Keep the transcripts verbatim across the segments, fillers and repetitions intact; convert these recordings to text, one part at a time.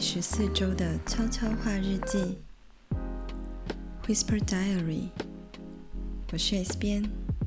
十四周的悄悄话日记 Whisper Diary， 我是 S 边。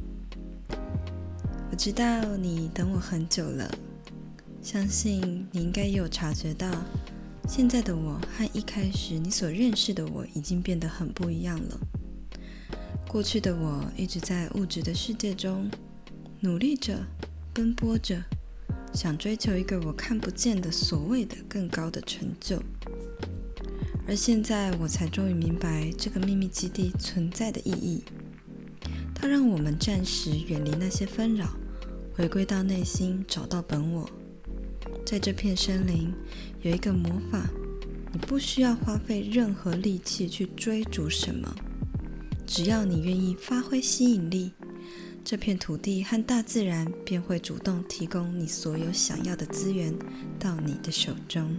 我知道你等我很久了，相信你应该也有察觉到，现在的我和一开始你所认识的我已经变得很不一样了。过去的我一直在物质的世界中努力着，奔波着，想追求一个我看不见的所谓的更高的成就。而现在我才终于明白这个秘密基地存在的意义，它让我们暂时远离那些纷扰，回归到内心，找到本我。在这片森林有一个魔法，你不需要花费任何力气去追逐什么，只要你愿意发挥吸引力，这片土地和大自然便会主动提供你所有想要的资源到你的手中。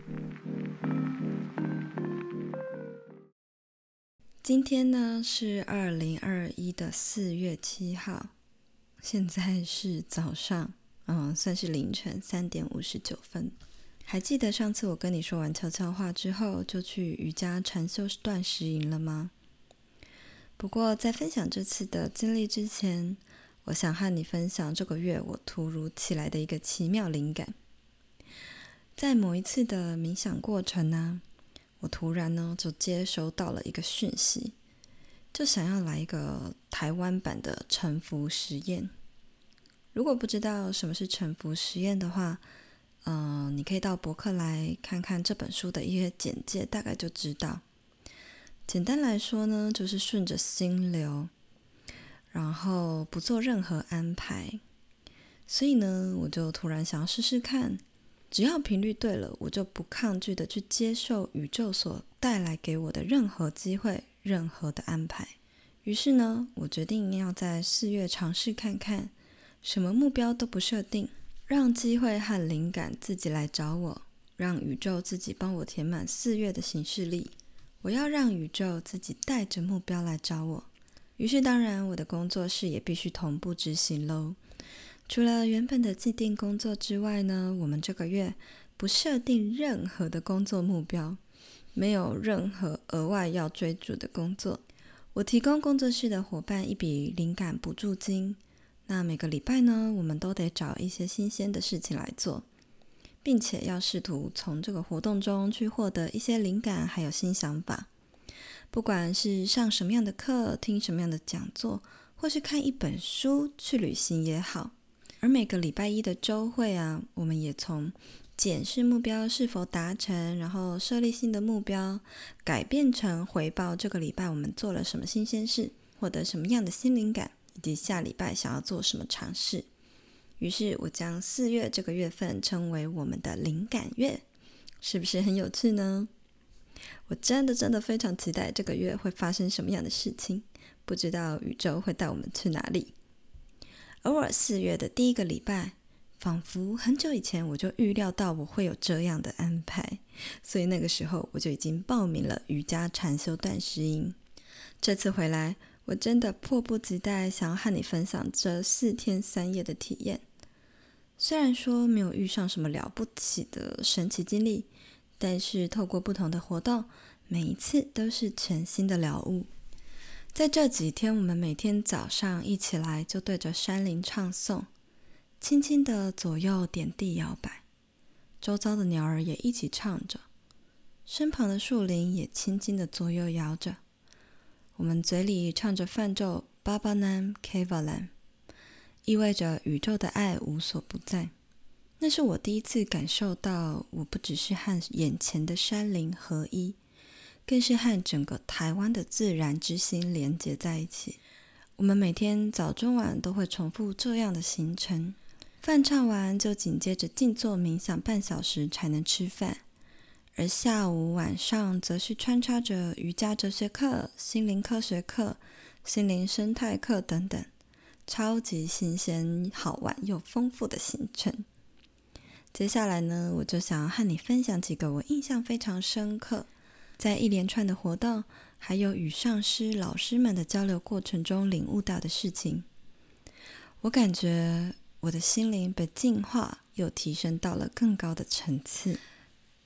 今天呢是二零二一的四月七号，现在是早上，嗯，算是凌晨三点五十九分。还记得上次我跟你说完悄悄话之后，就去瑜伽禅修断食营了吗？不过在分享这次的经历之前，我想和你分享这个月我突如其来的一个奇妙灵感。在某一次的冥想过程呢、啊，我突然呢就接收到了一个讯息，就想要来一个台湾版的沉浮实验。如果不知道什么是沉浮实验的话，嗯、呃，你可以到博客来看看这本书的一些简介，大概就知道。简单来说呢，就是顺着心流，然后不做任何安排。所以呢，我就突然想要试试看，只要频率对了，我就不抗拒的去接受宇宙所带来给我的任何机会，任何的安排。于是呢，我决定要在四月尝试看看，什么目标都不设定，让机会和灵感自己来找我，让宇宙自己帮我填满四月的行事历。我要让宇宙自己带着目标来找我。于是当然我的工作室也必须同步执行咯。除了原本的既定工作之外呢，我们这个月不设定任何的工作目标，没有任何额外要追逐的工作。我提供工作室的伙伴一笔灵感补助金，那每个礼拜呢，我们都得找一些新鲜的事情来做，并且要试图从这个活动中去获得一些灵感还有新想法。不管是上什么样的课，听什么样的讲座，或是看一本书，去旅行也好。而每个礼拜一的周会啊，我们也从检视目标是否达成，然后设立新的目标，改变成回报这个礼拜我们做了什么新鲜事，获得什么样的新灵感，以及下礼拜想要做什么尝试。于是我将四月这个月份称为我们的灵感月，是不是很有趣呢？我真的真的非常期待这个月会发生什么样的事情，不知道宇宙会带我们去哪里。而我四月的第一个礼拜，仿佛很久以前我就预料到我会有这样的安排，所以那个时候我就已经报名了瑜伽禅修断食营。这次回来，我真的迫不及待想要和你分享这四天三夜的体验。虽然说没有遇上什么了不起的神奇经历，但是透过不同的活动，每一次都是全新的了悟。在这几天，我们每天早上一起来就对着山林唱诵，轻轻的左右点地摇摆，周遭的鸟儿也一起唱着，身旁的树林也轻轻的左右摇着。我们嘴里唱着梵咒 Babanam Kevalam， 意味着宇宙的爱无所不在。那是我第一次感受到，我不只是和眼前的山林合一，更是和整个台湾的自然之心连结在一起。我们每天早中晚都会重复这样的行程，饭唱完就紧接着静坐冥想半小时才能吃饭，而下午晚上则是穿插着瑜伽哲学课、心灵科学课、心灵生态课等等，超级新鲜好玩又丰富的行程。接下来呢，我就想要和你分享几个我印象非常深刻，在一连串的活动还有与上师老师们的交流过程中领悟到的事情。我感觉我的心灵被净化又提升到了更高的层次。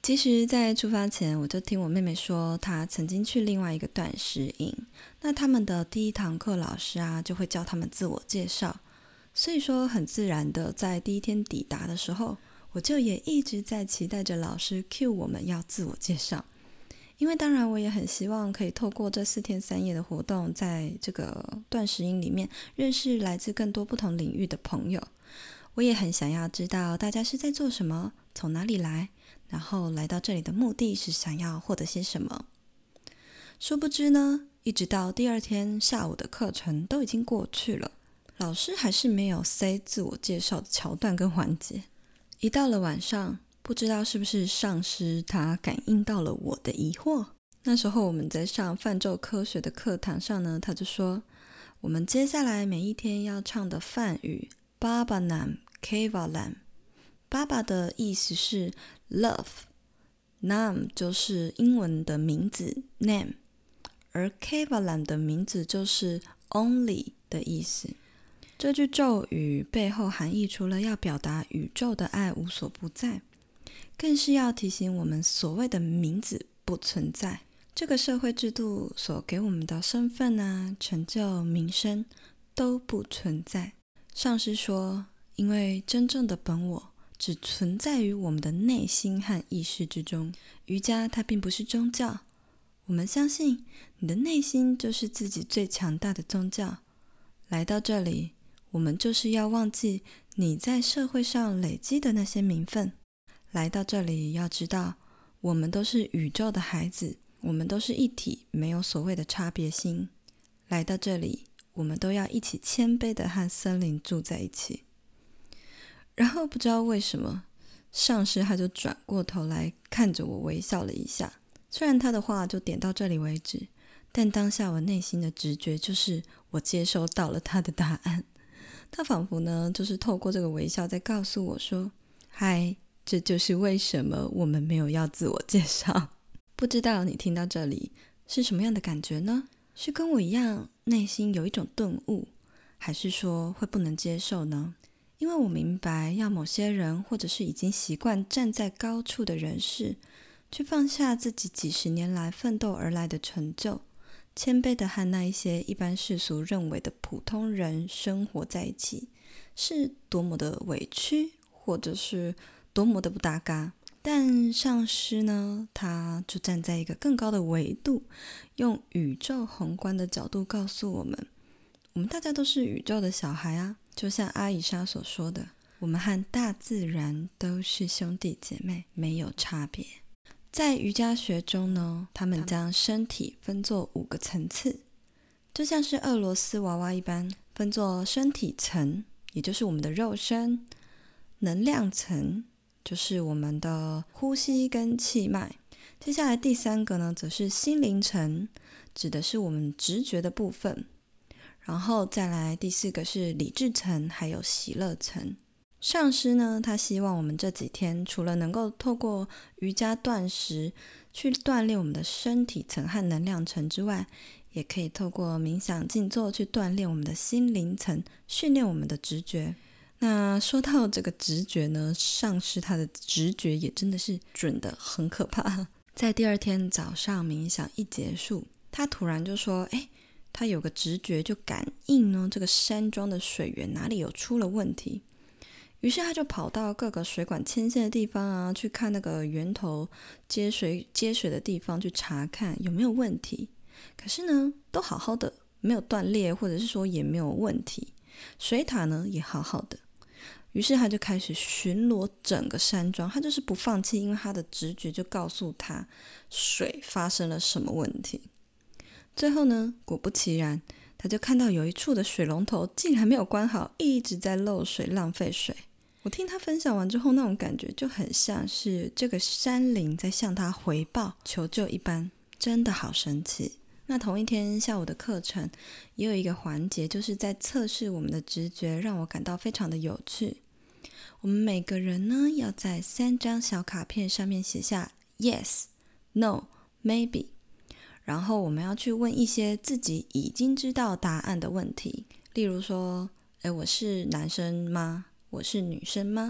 其实在出发前，我就听我妹妹说，她曾经去另外一个断食营，那他们的第一堂课老师啊，就会教他们自我介绍，所以说很自然的，在第一天抵达的时候，我就也一直在期待着老师 cue 我们要自我介绍，因为当然我也很希望可以透过这四天三夜的活动，在这个断食营里面认识来自更多不同领域的朋友，我也很想要知道大家是在做什么，从哪里来，然后来到这里的目的是想要获得些什么。殊不知呢，一直到第二天下午的课程都已经过去了，老师还是没有塞自我介绍的桥段跟环节。一到了晚上，不知道是不是上师他感应到了我的疑惑，那时候我们在上泛咒科学的课堂上呢，他就说我们接下来每一天要唱的梵语 Baba Nam Kevalam， Baba 的意思是 love， Nam 就是英文的名字 name， 而 Kevalam 的名字就是 only 的意思。这句咒语背后含义除了要表达宇宙的爱无所不在，更是要提醒我们所谓的名字不存在，这个社会制度所给我们的身份啊、成就、名声都不存在。上师说，因为真正的本我只存在于我们的内心和意识之中。瑜伽它并不是宗教，我们相信你的内心就是自己最强大的宗教。来到这里，我们就是要忘记你在社会上累积的那些名分。来到这里，要知道我们都是宇宙的孩子，我们都是一体，没有所谓的差别心。来到这里，我们都要一起谦卑的和森林住在一起。然后不知道为什么，上师他就转过头来看着我微笑了一下。虽然他的话就点到这里为止，但当下我内心的直觉就是我接收到了他的答案。他仿佛呢，就是透过这个微笑在告诉我说，嗨，这就是为什么我们没有要自我介绍。不知道你听到这里是什么样的感觉呢？是跟我一样内心有一种顿悟，还是说会不能接受呢？因为我明白，要某些人或者是已经习惯站在高处的人士，去放下自己几十年来奋斗而来的成就，谦卑的和那一些一般世俗认为的普通人生活在一起，是多么的委屈，或者是多么的不搭嘎。但上师呢，他就站在一个更高的维度，用宇宙宏观的角度告诉我们，我们大家都是宇宙的小孩啊，就像阿伊莎所说的，我们和大自然都是兄弟姐妹，没有差别。在瑜伽学中呢，他们将身体分作五个层次，就像是俄罗斯娃娃一般，分作身体层，也就是我们的肉身；能量层，就是我们的呼吸跟气脉。接下来第三个呢，则是心灵层，指的是我们直觉的部分。然后再来第四个是理智层，还有喜乐层。上师呢，他希望我们这几天除了能够透过瑜伽断食去锻炼我们的身体层和能量层之外，也可以透过冥想静坐去锻炼我们的心灵层，训练我们的直觉。那说到这个直觉呢，上师他的直觉也真的是准的很可怕。在第二天早上冥想一结束，他突然就说，诶，他有个直觉就感应呢，这个山庄的水源哪里有出了问题。于是他就跑到各个水管牵线的地方啊，去看那个源头接水接水的地方，去查看有没有问题。可是呢，都好好的，没有断裂，或者是说也没有问题。水塔呢也好好的。于是他就开始巡逻整个山庄，他就是不放弃，因为他的直觉就告诉他水发生了什么问题。最后呢，果不其然，他就看到有一处的水龙头竟然没有关好，一直在漏水，浪费水。我听他分享完之后，那种感觉就很像是这个山林在向他回报求救一般，真的好神奇。那同一天下午的课程也有一个环节，就是在测试我们的直觉，让我感到非常的有趣。我们每个人呢，要在三张小卡片上面写下 yes、no、maybe， 然后我们要去问一些自己已经知道答案的问题，例如说，诶，我是男生吗？我是女生吗？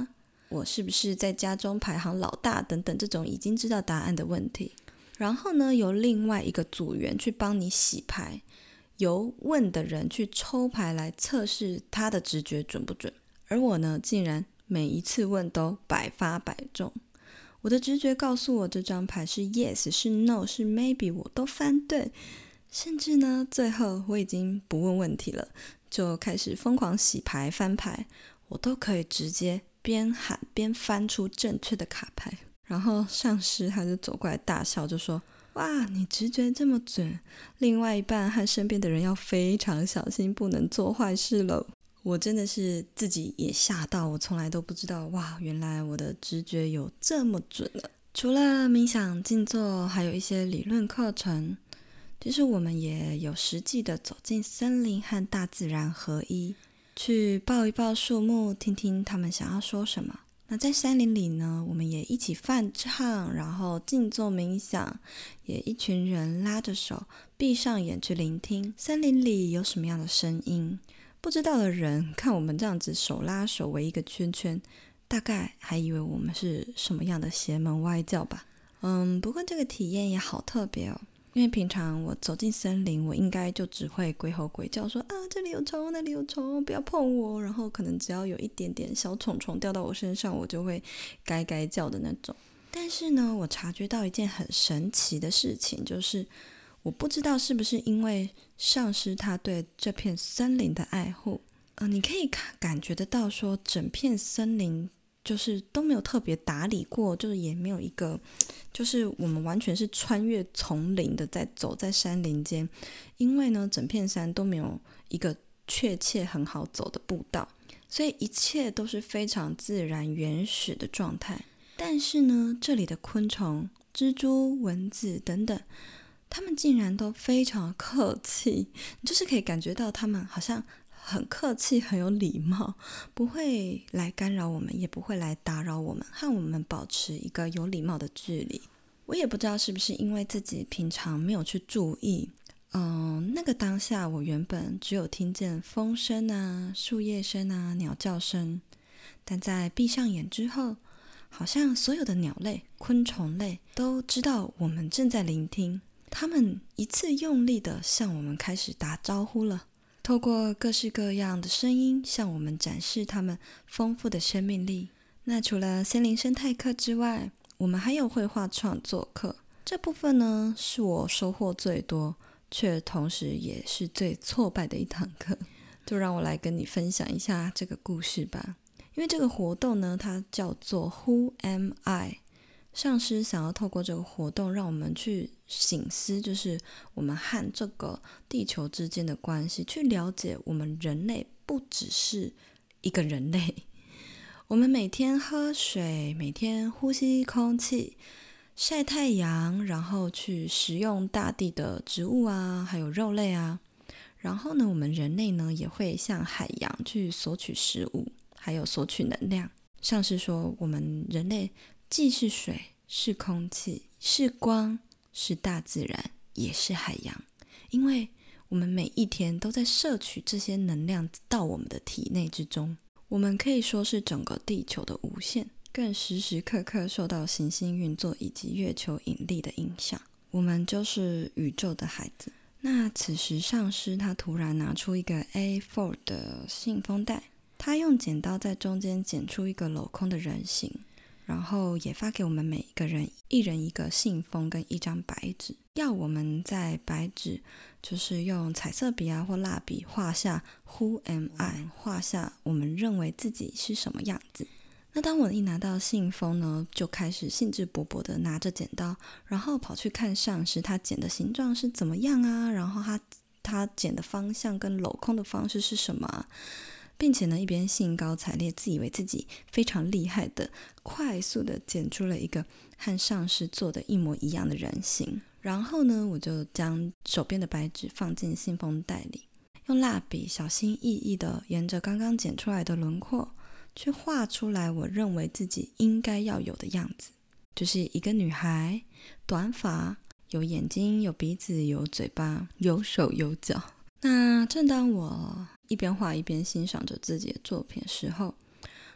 我是不是在家中排行老大等等这种已经知道答案的问题。然后呢，由另外一个组员去帮你洗牌，由问的人去抽牌来测试他的直觉准不准。而我呢，竟然每一次问都百发百中。我的直觉告诉我这张牌是 yes 是 no 是 maybe 我都翻对，甚至呢最后我已经不问问题了，就开始疯狂洗牌翻牌，我都可以直接边喊边翻出正确的卡牌。然后上师他就走过来大笑，就说哇你直觉这么准，另外一半和身边的人要非常小心，不能做坏事了。我真的是自己也吓到，我从来都不知道哇原来我的直觉有这么准了。除了冥想静坐还有一些理论课程，其实我们也有实际的走进森林和大自然合一，去抱一抱树木，听听他们想要说什么。那在山林里呢，我们也一起泛唱，然后静坐冥想，也一群人拉着手闭上眼去聆听森林里有什么样的声音。不知道的人看我们这样子手拉手围一个圈圈，大概还以为我们是什么样的邪门歪教吧。嗯，不过这个体验也好特别哦，因为平常我走进森林，我应该就只会鬼吼鬼叫说啊这里有虫那里有虫不要碰我，然后可能只要有一点点小虫虫掉到我身上，我就会该该叫的那种。但是呢，我察觉到一件很神奇的事情，就是我不知道是不是因为上师他对这片森林的爱护，呃，你可以感觉得到说整片森林就是都没有特别打理过，就是也没有一个就是我们完全是穿越丛林的在走在山林间，因为呢整片山都没有一个确切很好走的步道，所以一切都是非常自然原始的状态。但是呢这里的昆虫、蜘蛛、蚊子等等，他们竟然都非常客气，就是可以感觉到他们好像很客气很有礼貌，不会来干扰我们，也不会来打扰我们，和我们保持一个有礼貌的距离。我也不知道是不是因为自己平常没有去注意，嗯，那个当下我原本只有听见风声啊、树叶声啊、鸟叫声，但在闭上眼之后，好像所有的鸟类、昆虫类都知道我们正在聆听，他们一次用力地向我们开始打招呼了，透过各式各样的声音向我们展示他们丰富的生命力。那除了森林生态课之外，我们还有绘画创作课，这部分呢是我收获最多，却同时也是最挫败的一堂课。就让我来跟你分享一下这个故事吧。因为这个活动呢，它叫做 Who Am I？ 上师想要透过这个活动让我们去省思，就是我们和这个地球之间的关系，去了解我们人类不只是一个人类，我们每天喝水，每天呼吸空气，晒太阳，然后去食用大地的植物啊，还有肉类啊。然后呢，我们人类呢也会向海洋去索取食物，还有索取能量。上师说，我们人类既是水，是空气，是光，是大自然，也是海洋。因为我们每一天都在摄取这些能量到我们的体内之中，我们可以说是整个地球的无限，更时时刻刻受到行星运作以及月球引力的影响。我们就是宇宙的孩子。那此时上师他突然拿出一个 A 四 的信封袋，他用剪刀在中间剪出一个镂空的人形，然后也发给我们每一个人一人一个信封跟一张白纸，要我们在白纸就是用彩色笔啊或蜡笔画下 Who am I， 画下我们认为自己是什么样子。那当我一拿到信封呢，就开始兴致勃勃的拿着剪刀，然后跑去看上师他剪的形状是怎么样啊，然后他他剪的方向跟镂空的方式是什么啊，并且呢一边兴高采烈自以为自己非常厉害的快速的剪出了一个和上师做的一模一样的人形。然后呢我就将手边的白纸放进信封袋里，用蜡笔小心翼翼的沿着刚刚剪出来的轮廓去画出来我认为自己应该要有的样子，就是一个女孩，短发，有眼睛，有鼻子，有嘴巴，有手有脚。那正当我一边画一边欣赏着自己的作品的时候，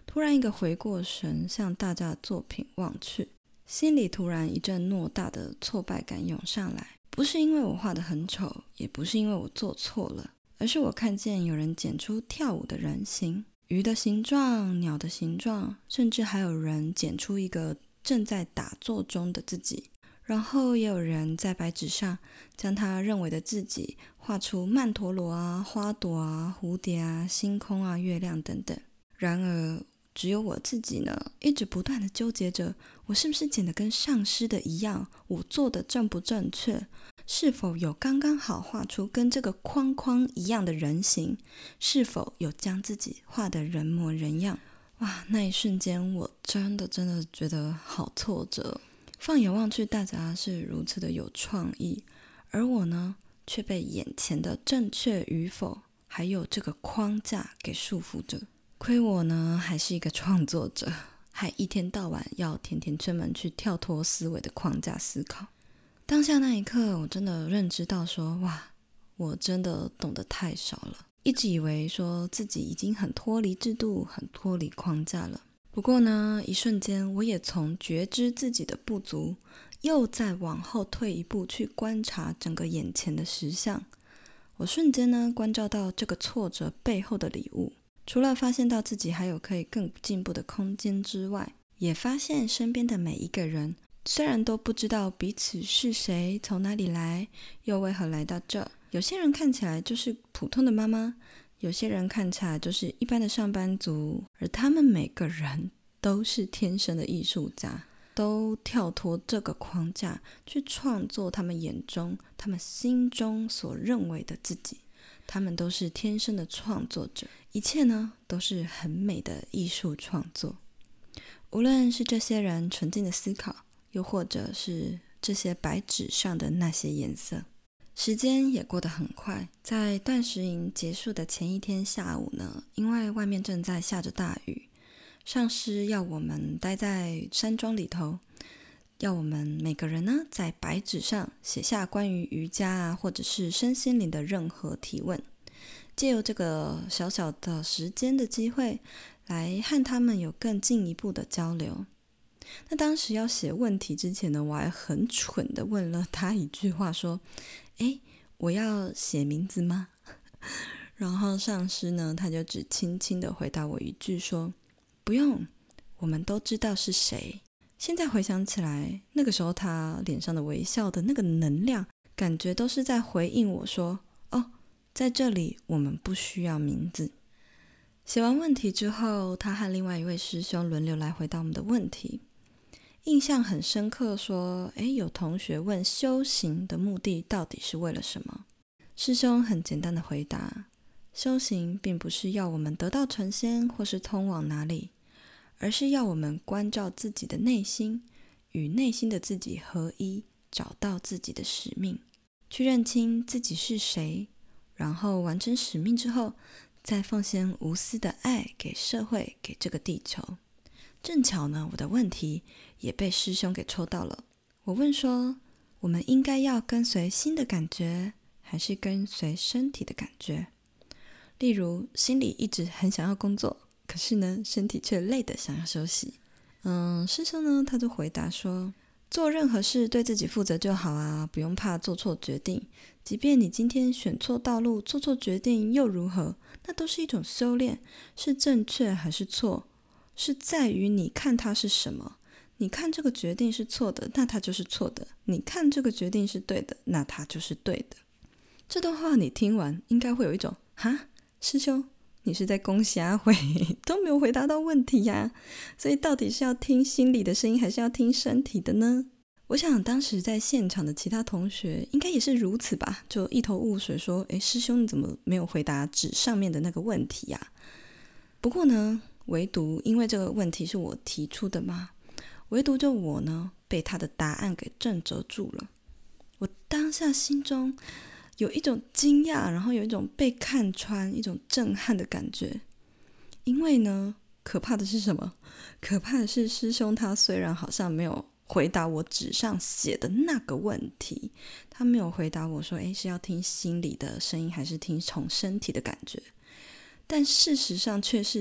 突然一个回过神，向大家的作品望去，心里突然一阵偌大的挫败感涌上来。不是因为我画得很丑，也不是因为我做错了，而是我看见有人剪出跳舞的人形，鱼的形状，鸟的形状，甚至还有人剪出一个正在打坐中的自己。然后也有人在白纸上将他认为的自己画出曼陀罗啊、花朵啊、蝴蝶啊、星空啊、月亮等等。然而只有我自己呢，一直不断的纠结着，我是不是剪得跟上师的一样，我做的正不正确，是否有刚刚好画出跟这个框框一样的人形，是否有将自己画得人模人样。哇，那一瞬间我真的真的觉得好挫折。放眼望去，大家是如此的有创意，而我呢，却被眼前的正确与否，还有这个框架给束缚着。亏我呢，还是一个创作者，还一天到晚要天天出门去跳脱思维的框架思考。当下那一刻，我真的认知到说，哇，我真的懂得太少了。一直以为说自己已经很脱离制度，很脱离框架了。不过呢，一瞬间我也从觉知自己的不足，又再往后退一步去观察整个眼前的实相。我瞬间呢，关照到这个挫折背后的礼物。除了发现到自己还有可以更进步的空间之外，也发现身边的每一个人，虽然都不知道彼此是谁，从哪里来，又为何来到这。有些人看起来就是普通的妈妈，有些人看起来就是一般的上班族，而他们每个人都是天生的艺术家，都跳脱这个框架去创作他们眼中、他们心中所认为的自己。他们都是天生的创作者，一切呢都是很美的艺术创作。无论是这些人纯净的思考，又或者是这些白纸上的那些颜色。时间也过得很快，在断食营结束的前一天下午呢，因为外面正在下着大雨，上师要我们待在山庄里头，要我们每个人呢在白纸上写下关于瑜伽啊，或者是身心灵的任何提问，借由这个小小的时间的机会，来和他们有更进一步的交流。那当时要写问题之前呢，我还很蠢的问了他一句话，说：诶，我要写名字吗？然后上师呢，他就只轻轻的回答我一句说：不用，我们都知道是谁。现在回想起来，那个时候他脸上的微笑的那个能量，感觉都是在回应我说：哦，在这里我们不需要名字。写完问题之后，他和另外一位师兄轮流来回答我们的问题。印象很深刻说，诶，有同学问修行的目的到底是为了什么？师兄很简单的回答，修行并不是要我们得到成仙或是通往哪里，而是要我们关照自己的内心，与内心的自己合一，找到自己的使命，去认清自己是谁，然后完成使命之后，再奉献无私的爱给社会，给这个地球。正巧呢，我的问题也被师兄给抽到了。我问说，我们应该要跟随心的感觉，还是跟随身体的感觉？例如，心里一直很想要工作，可是呢，身体却累得想要休息。嗯，师兄呢，他就回答说，做任何事对自己负责就好啊，不用怕做错决定。即便你今天选错道路，做错决定又如何？那都是一种修炼，是正确还是错？是在于你看它是什么。你看这个决定是错的，那它就是错的；你看这个决定是对的，那它就是对的。这段话你听完，应该会有一种哈，师兄，你是在攻瞎回，都没有回答到问题呀。所以到底是要听心里的声音，还是要听身体的呢？我想当时在现场的其他同学应该也是如此吧，就一头雾水说，诶，师兄你怎么没有回答纸上面的那个问题呀？不过呢，唯独因为这个问题是我提出的嘛，唯独就我呢被他的答案给震慑住了。我当下心中有一种惊讶，然后有一种被看穿，一种震撼的感觉。因为呢，可怕的是什么？可怕的是师兄他虽然好像没有回答我纸上写的那个问题，他没有回答我说，诶，是要听心里的声音，还是听从身体的感觉？但事实上却是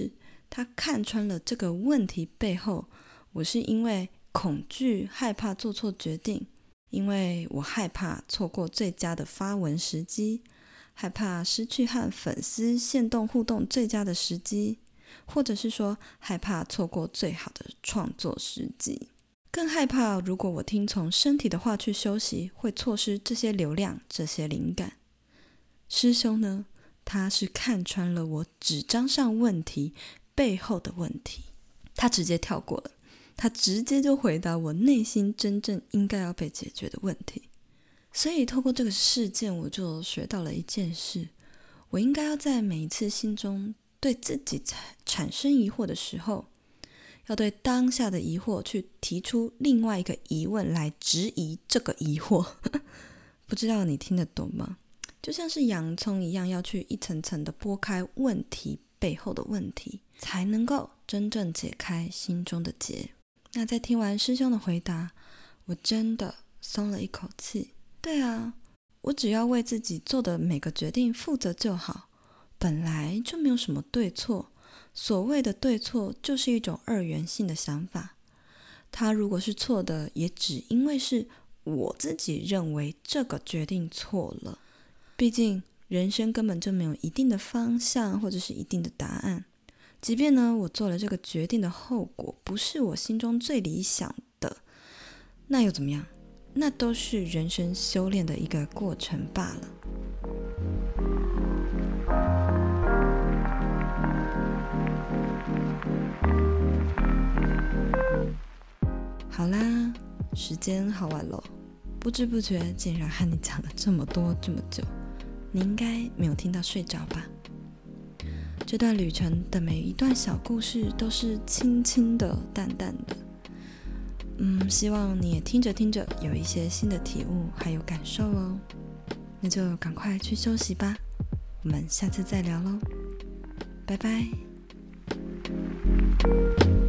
他看穿了这个问题背后，我是因为恐惧害怕做错决定，因为我害怕错过最佳的发文时机，害怕失去和粉丝限动互动最佳的时机，或者是说害怕错过最好的创作时机，更害怕如果我听从身体的话去休息，会错失这些流量，这些灵感。师兄呢，他是看穿了我纸张上问题背后的问题，他直接跳过了，他直接就回答我内心真正应该要被解决的问题。所以透过这个事件，我就学到了一件事，我应该要在每一次心中对自己产生疑惑的时候，要对当下的疑惑去提出另外一个疑问来质疑这个疑惑。不知道你听得懂吗？就像是洋葱一样，要去一层层的剥开问题背后的问题，才能够真正解开心中的结。那在听完师兄的回答，我真的松了一口气。对啊，我只要为自己做的每个决定负责就好，本来就没有什么对错。所谓的对错就是一种二元性的想法，它如果是错的，也只因为是我自己认为这个决定错了。毕竟人生根本就没有一定的方向或者是一定的答案，即便呢我做了这个决定的后果不是我心中最理想的，那又怎么样？那都是人生修炼的一个过程罢了。好啦，时间好晚了，不知不觉竟然和你讲了这么多这么久，你应该没有听到睡着吧？这段旅程的每一段小故事都是轻轻的淡淡的，嗯，希望你也听着听着有一些新的体悟还有感受哦。那就赶快去休息吧，我们下次再聊咯，拜拜。